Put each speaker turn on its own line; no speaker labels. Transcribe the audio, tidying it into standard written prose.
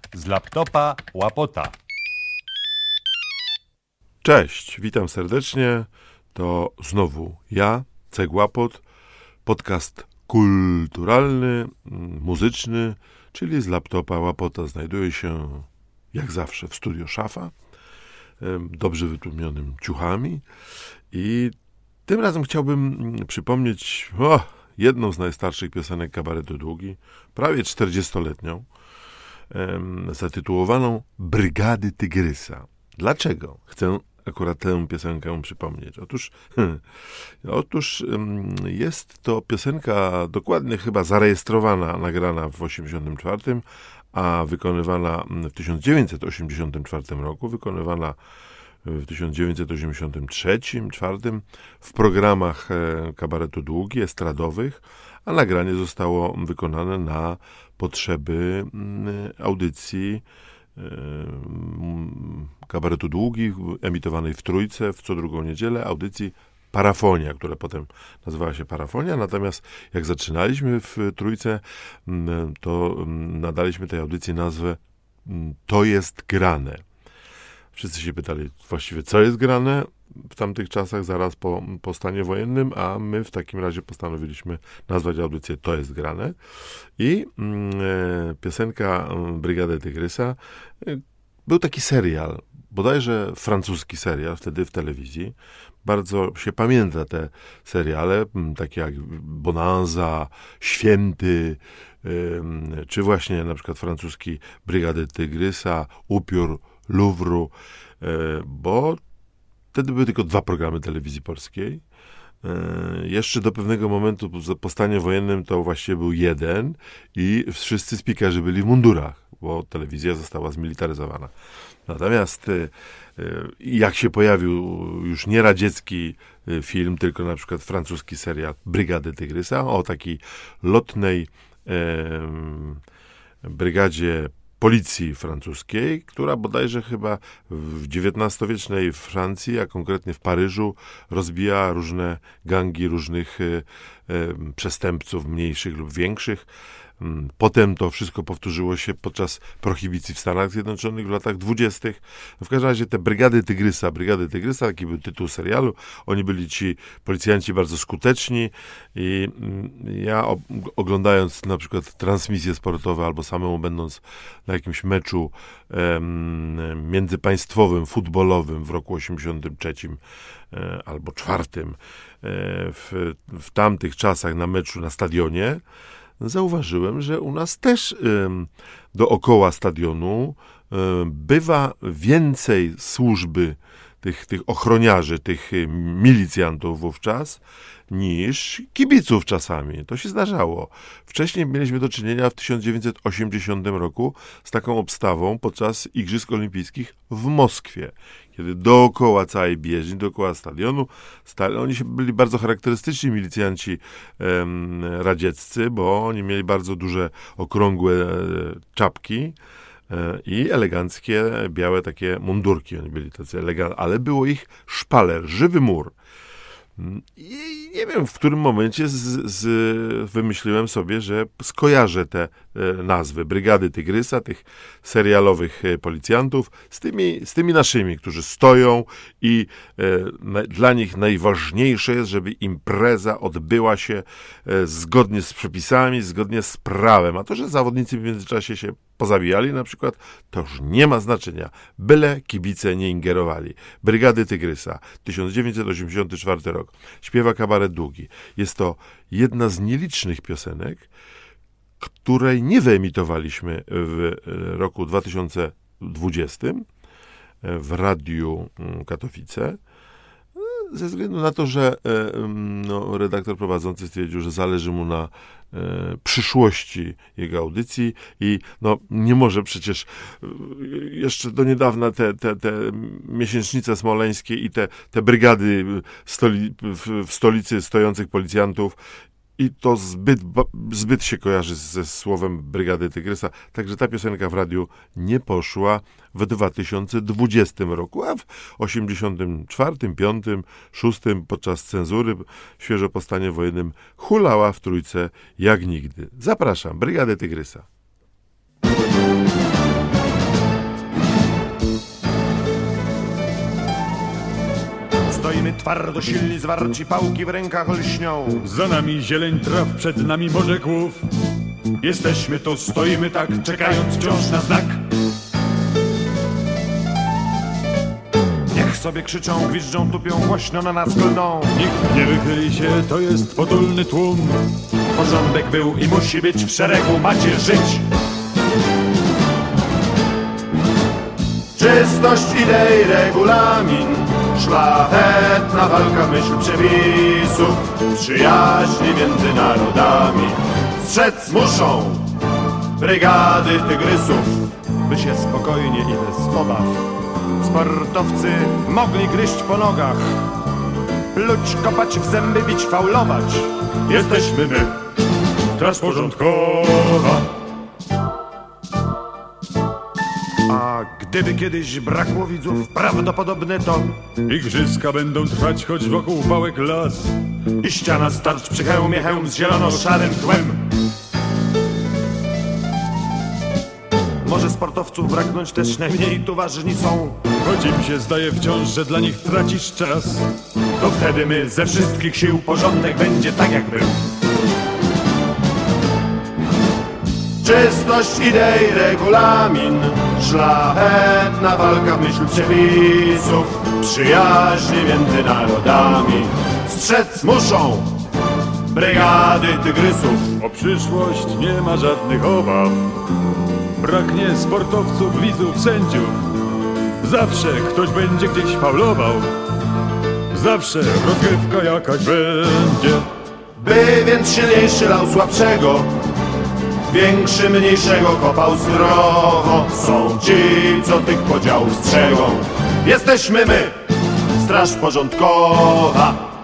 Z laptopa Łapota.
Cześć, witam serdecznie. To znowu ja, Ceg Łapot, podcast kulturalny, muzyczny, czyli z laptopa Łapota. Znajduje się, jak zawsze, w studio Szafa, dobrze wytłumionym ciuchami. I tym razem chciałbym przypomnieć jedną z najstarszych piosenek kabaretu Długi, prawie 40-letnią, zatytułowaną Brygady Tygrysa. Dlaczego chcę akurat tę piosenkę przypomnieć? Otóż jest to piosenka dokładnie chyba zarejestrowana, nagrana w 1984, a wykonywana w 1984 roku, wykonywana w 1983-1984 w programach kabaretu Długi, estradowych, a nagranie zostało wykonane na potrzeby audycji kabaretu Długi, emitowanej w Trójce w co drugą niedzielę, audycji Parafonia, która potem nazywała się Parafonia. Natomiast jak zaczynaliśmy w Trójce, to nadaliśmy tej audycji nazwę To jest grane. Wszyscy się pytali właściwie, co jest grane w tamtych czasach, zaraz po stanie wojennym, a my w takim razie postanowiliśmy nazwać audycję To jest grane. I piosenka Brygady Tygrysa, był taki serial, bodajże francuski serial, wtedy w telewizji. Bardzo się pamięta te seriale, takie jak Bonanza, Święty, czy właśnie na przykład francuski Brygady Tygrysa, Upiór Luwru, bo wtedy były tylko 2 programy telewizji polskiej. Jeszcze do pewnego momentu po stanie wojennym to właściwie był 1 i wszyscy spikerze byli w mundurach, bo telewizja została zmilitaryzowana. Natomiast jak się pojawił już nie radziecki film, tylko na przykład francuski serial Brygady Tygrysa o takiej lotnej brygadzie policji francuskiej, która bodajże chyba w XIX-wiecznej Francji, a konkretnie w Paryżu, rozbija różne gangi różnych przestępców, mniejszych lub większych. Potem to wszystko powtórzyło się podczas prohibicji w Stanach Zjednoczonych w latach 20. W każdym razie te Brygady Tygrysa, taki był tytuł serialu, oni byli ci policjanci bardzo skuteczni i ja oglądając na przykład transmisje sportowe albo samemu będąc na jakimś meczu międzypaństwowym, futbolowym w roku 83 albo 4 w tamtych czasach na meczu na stadionie, zauważyłem, że u nas też dookoła stadionu bywa więcej służby tych ochroniarzy, tych milicjantów wówczas, niż kibiców czasami. To się zdarzało. Wcześniej mieliśmy do czynienia w 1980 roku z taką obstawą podczas Igrzysk Olimpijskich w Moskwie, kiedy dookoła całej bieżni, dookoła stadionu, oni byli bardzo charakterystyczni milicjanci radzieccy, bo oni mieli bardzo duże, okrągłe czapki i eleganckie, białe takie mundurki. Oni byli tacy eleganccy, ale było ich szpaler, żywy mur. I nie wiem, w którym momencie wymyśliłem sobie, że skojarzę te nazwy Brygady Tygrysa, tych serialowych policjantów, z tymi naszymi, którzy stoją i dla nich najważniejsze jest, żeby impreza odbyła się zgodnie z przepisami, zgodnie z prawem. A to, że zawodnicy w międzyczasie się pozabijali na przykład, to już nie ma znaczenia. Byle kibice nie ingerowali. Brygady Tygrysa, 1984 rok. Śpiewa kabaret Długi. Jest to jedna z nielicznych piosenek, której nie wyemitowaliśmy w roku 2020 w Radiu Katowice, ze względu na to, że redaktor prowadzący stwierdził, że zależy mu na przyszłości jego audycji i nie może przecież jeszcze do niedawna te miesięcznice smoleńskie i te brygady w stolicy stojących policjantów i to zbyt się kojarzy ze słowem Brygady Tygrysa. Także ta piosenka w radiu nie poszła w 2020 roku, a w 84, 5, 6 podczas cenzury świeżo po stanie wojennym hulała w Trójce jak nigdy. Zapraszam, Brygadę Tygrysa.
twardo silni, zwarci, pałki w rękach lśnią.
Za nami zieleń traw, przed nami morze głów.
Jesteśmy tu, stoimy tak, czekając wciąż na znak. Niech sobie krzyczą, gwiżdżą, tupią, głośno na nas klną.
Nikt nie wychyli się, to jest potulny tłum.
Porządek był i musi być, w szeregu macie żyć. Czystość idei, regulamin, szlachetna walka w myśl przepisów, przyjaźni między narodami. Strzec muszą brygady tygrysów, by się spokojnie i bez obaw sportowcy mogli gryźć po nogach, pluć, kopać w zęby, bić, faulować. Jesteśmy my, straż porządkowa. A gdyby kiedyś brakło widzów, prawdopodobne to
Igrzyska będą trwać, choć wokół wałek las.
i ściana starcz przy hełmie, hełm z zielono-szarym tłem. Może sportowców braknąć, też najmniej tu ważni są.
Choć im się zdaje wciąż, że dla nich tracisz czas,
To wtedy my ze wszystkich sił porządek będzie tak jak był. Czystość idei, regulamin, szlachetna walka w myśl przepisów, przyjaźnie między narodami. Strzec muszą brygady tygrysów.
o przyszłość nie ma żadnych obaw. Braknie sportowców, widzów, sędziów. Zawsze ktoś będzie gdzieś faulował. Zawsze rozgrywka jakaś będzie.
By więc silniejszy lał słabszego, większy mniejszego kopał zdrowo. Są ci, co tych podziałów strzegą. Jesteśmy my, straż porządkowa.